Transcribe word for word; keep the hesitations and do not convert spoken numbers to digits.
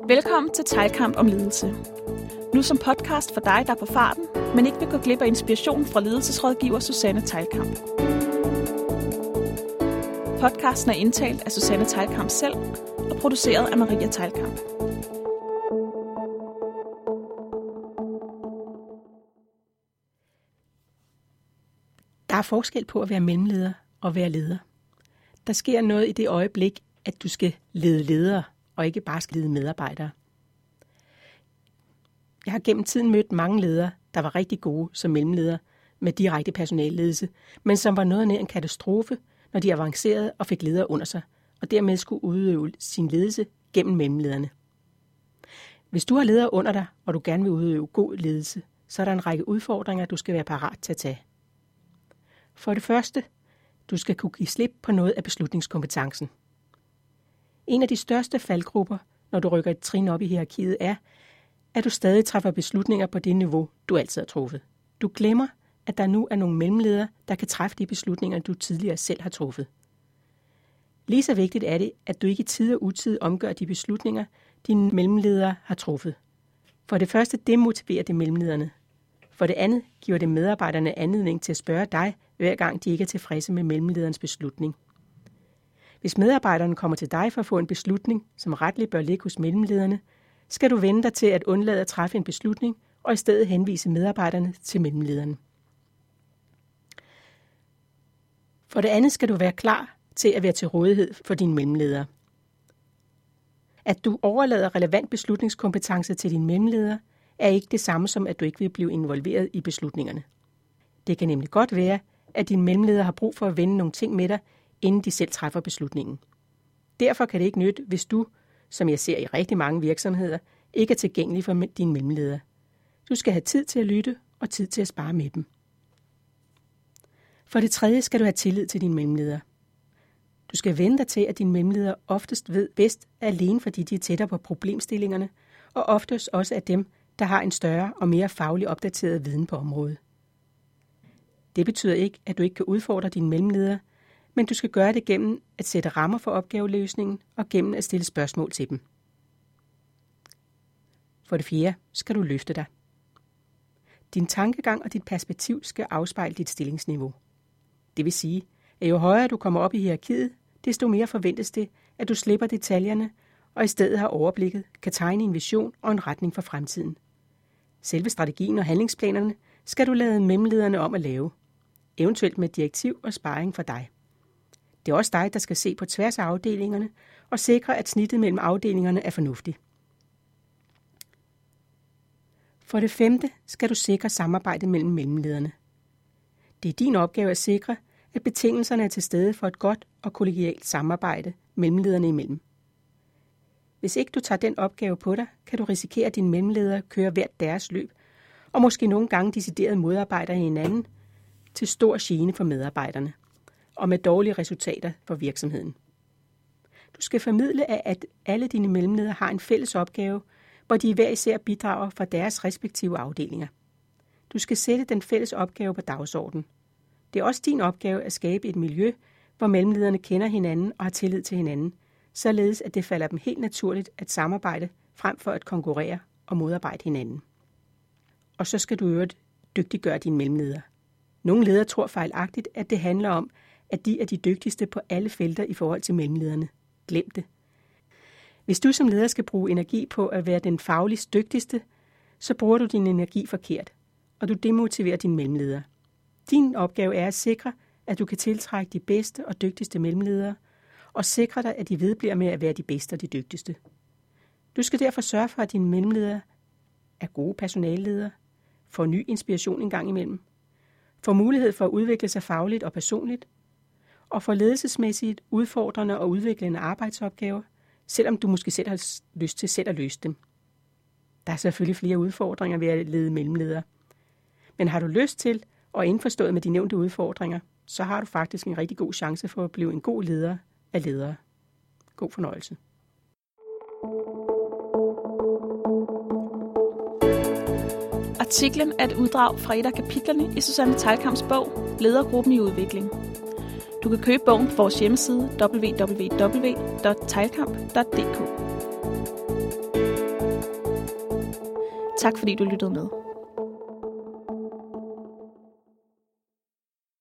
Velkommen til Teglkamp om ledelse. Nu som podcast for dig, der er på farten, men ikke vil gå glip af inspiration fra ledelsesrådgiver Susanne Teglkamp. Podcasten er indtalt af Susanne Teglkamp selv og produceret af Maria Teglkamp. Der er forskel på at være mellemleder og være leder. Der sker noget i det øjeblik, at du skal lede ledere, og ikke bare skal lede medarbejdere. Jeg har gennem tiden mødt mange ledere, der var rigtig gode som mellemledere med direkte personalledelse, men som var noget nær en katastrofe, når de avancerede og fik ledere under sig, og dermed skulle udøve sin ledelse gennem mellemlederne. Hvis du har ledere under dig, og du gerne vil udøve god ledelse, så er der en række udfordringer, du skal være parat til at tage. For det første, du skal kunne give slip på noget af beslutningskompetencen. En af de største faldgrupper, når du rykker et trin op i hierarkiet, er, at du stadig træffer beslutninger på det niveau, du altid har truffet. Du glemmer, at der nu er nogle mellemledere, der kan træffe de beslutninger, du tidligere selv har truffet. Lige så vigtigt er det, at du ikke i tid og utid omgør de beslutninger, dine mellemledere har truffet. For det første demotiverer det mellemlederne. For det andet giver det medarbejderne anledning til at spørge dig, hver gang de ikke er tilfredse med mellemlederens beslutning. Hvis medarbejderne kommer til dig for at få en beslutning, som retligt bør ligge hos mellemlederne, skal du vende dig til at undlade at træffe en beslutning og i stedet henvise medarbejderne til mellemlederne. For det andet skal du være klar til at være til rådighed for dine mellemledere. At du overlader relevant beslutningskompetence til dine mellemledere, er ikke det samme som, at du ikke vil blive involveret i beslutningerne. Det kan nemlig godt være, at dine mellemledere har brug for at vende nogle ting med dig, inden de selv træffer beslutningen. Derfor kan det ikke nytte, hvis du, som jeg ser i rigtig mange virksomheder, ikke er tilgængelig for dine mellemledere. Du skal have tid til at lytte og tid til at spare med dem. For det tredje skal du have tillid til dine mellemledere. Du skal vende dig til, at dine mellemledere oftest ved bedst alene, fordi de er tættere på problemstillingerne, og oftest også af dem, der har en større og mere faglig opdateret viden på området. Det betyder ikke, at du ikke kan udfordre dine mellemledere, men du skal gøre det gennem at sætte rammer for opgaveløsningen og gennem at stille spørgsmål til dem. For det fjerde skal du løfte dig. Din tankegang og dit perspektiv skal afspejle dit stillingsniveau. Det vil sige, at jo højere du kommer op i hierarkiet, desto mere forventes det, at du slipper detaljerne og i stedet har overblikket, kan tegne en vision og en retning for fremtiden. Selve strategien og handlingsplanerne skal du lade mellemlederne om at lave, eventuelt med direktiv og sparring for dig. Det er også dig, der skal se på tværs af afdelingerne og sikre, at snittet mellem afdelingerne er fornuftigt. For det femte skal du sikre samarbejdet mellem mellemlederne. Det er din opgave at sikre, at betingelserne er til stede for et godt og kollegialt samarbejde mellemlederne imellem. Hvis ikke du tager den opgave på dig, kan du risikere, at dine mellemledere kører hvert deres løb, og måske nogle gange decideret modarbejder hinanden til stor gene for medarbejderne, og med dårlige resultater for virksomheden. Du skal formidle, at alle dine mellemledere har en fælles opgave, hvor de hver især bidrager fra deres respektive afdelinger. Du skal sætte den fælles opgave på dagsordenen. Det er også din opgave at skabe et miljø, hvor mellemlederne kender hinanden og har tillid til hinanden, således at det falder dem helt naturligt at samarbejde frem for at konkurrere og modarbejde hinanden. Og så skal du øvrigt dygtiggøre dine mellemledere. Nogle ledere tror fejlagtigt, at det handler om, at de er de dygtigste på alle felter i forhold til mellemlederne. Glem det. Hvis du som leder skal bruge energi på at være den fagligst dygtigste, så bruger du din energi forkert, og du demotiverer dine mellemledere. Din opgave er at sikre, at du kan tiltrække de bedste og dygtigste mellemledere, og sikre dig, at de vedbliver med at være de bedste og de dygtigste. Du skal derfor sørge for, at dine mellemledere er gode personalledere, får ny inspiration en gang imellem, får mulighed for at udvikle sig fagligt og personligt, og får ledelsesmæssigt udfordrende og udviklende arbejdsopgaver, selvom du måske selv har lyst til selv at løse dem. Der er selvfølgelig flere udfordringer ved at lede mellemledere. Men har du lyst til og indforstået med de nævnte udfordringer, så har du faktisk en rigtig god chance for at blive en god leder af ledere. God fornøjelse. Artiklen er et uddrag fra et af kapitlerne i Susanne Teglkamps bog Ledergruppen i udvikling. Du kan købe bogen på vores hjemmeside w w w punktum teglkamp punktum d k. Tak fordi du lyttede med.